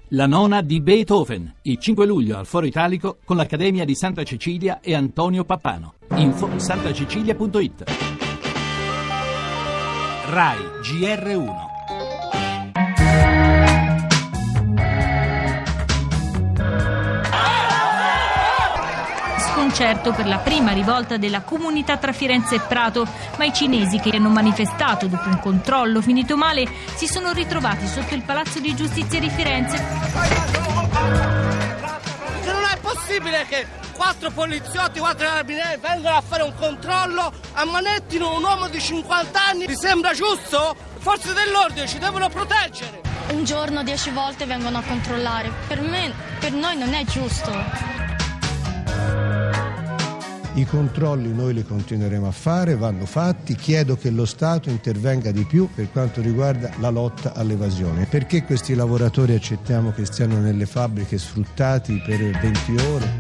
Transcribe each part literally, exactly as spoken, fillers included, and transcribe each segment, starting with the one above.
La nona di Beethoven, il cinque luglio al Foro Italico con l'Accademia di Santa Cecilia e Antonio Pappano. Info santacecilia punto it. Rai G R uno. Sconcerto per la prima rivolta della comunità tra Firenze e Prato, ma i cinesi che hanno manifestato dopo un controllo finito male si sono ritrovati sotto il Palazzo di Giustizia di Firenze. Che non è possibile che quattro poliziotti, quattro carabinieri vengano a fare un controllo, ammanettino un uomo di cinquanta anni. Vi sembra giusto? Forze dell'ordine ci devono proteggere. Un giorno dieci volte vengono a controllare. Per me, per noi non è giusto. I controlli noi li continueremo a fare, vanno fatti. Chiedo che lo Stato intervenga di più per quanto riguarda la lotta all'evasione. Perché questi lavoratori accettiamo che stiano nelle fabbriche sfruttati per venti ore?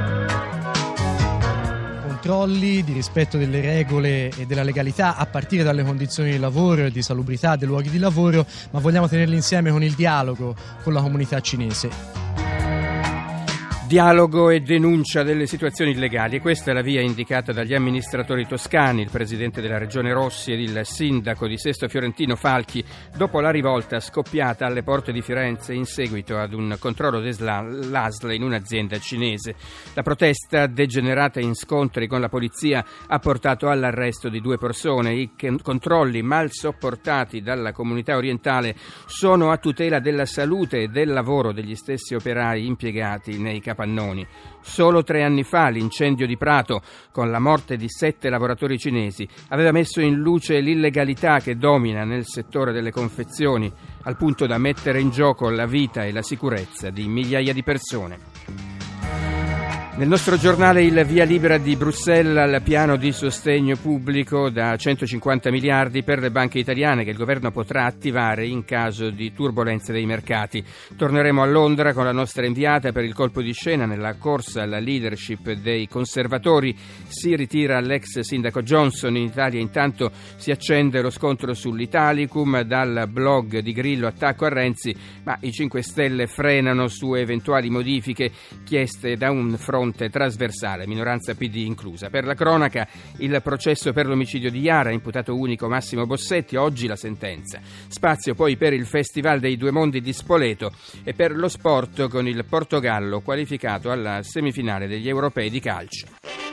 Controlli di rispetto delle regole e della legalità a partire dalle condizioni di lavoro e di salubrità dei luoghi di lavoro, ma vogliamo tenerli insieme con il dialogo con la comunità cinese. Dialogo e denuncia delle situazioni illegali, e questa è la via indicata dagli amministratori toscani, il presidente della regione Rossi ed il sindaco di Sesto Fiorentino Falchi, dopo la rivolta scoppiata alle porte di Firenze in seguito ad un controllo dell'A S L in un'azienda cinese. La protesta, degenerata in scontri con la polizia, ha portato all'arresto di due persone. I controlli mal sopportati dalla comunità orientale sono a tutela della salute e del lavoro degli stessi operai impiegati nei capannoni. Pannoni. Solo tre anni fa l'incendio di Prato, con la morte di sette lavoratori cinesi, aveva messo in luce l'illegalità che domina nel settore delle confezioni, al punto da mettere in gioco la vita e la sicurezza di migliaia di persone. Nel nostro giornale il via libera di Bruxelles al piano di sostegno pubblico da centocinquanta miliardi per le banche italiane che il governo potrà attivare in caso di turbolenze dei mercati. Torneremo a Londra con la nostra inviata per il colpo di scena nella corsa alla leadership dei conservatori. Si ritira l'ex sindaco Johnson. In Italia intanto si accende lo scontro sull'Italicum, dal blog di Grillo attacco a Renzi, ma i cinque Stelle frenano su eventuali modifiche chieste da un fronte trasversale, minoranza P D inclusa. Per la cronaca, il processo per l'omicidio di Iara, imputato unico Massimo Bossetti, oggi la sentenza. Spazio poi per il Festival dei Due Mondi di Spoleto e per lo sport con il Portogallo qualificato alla semifinale degli europei di calcio.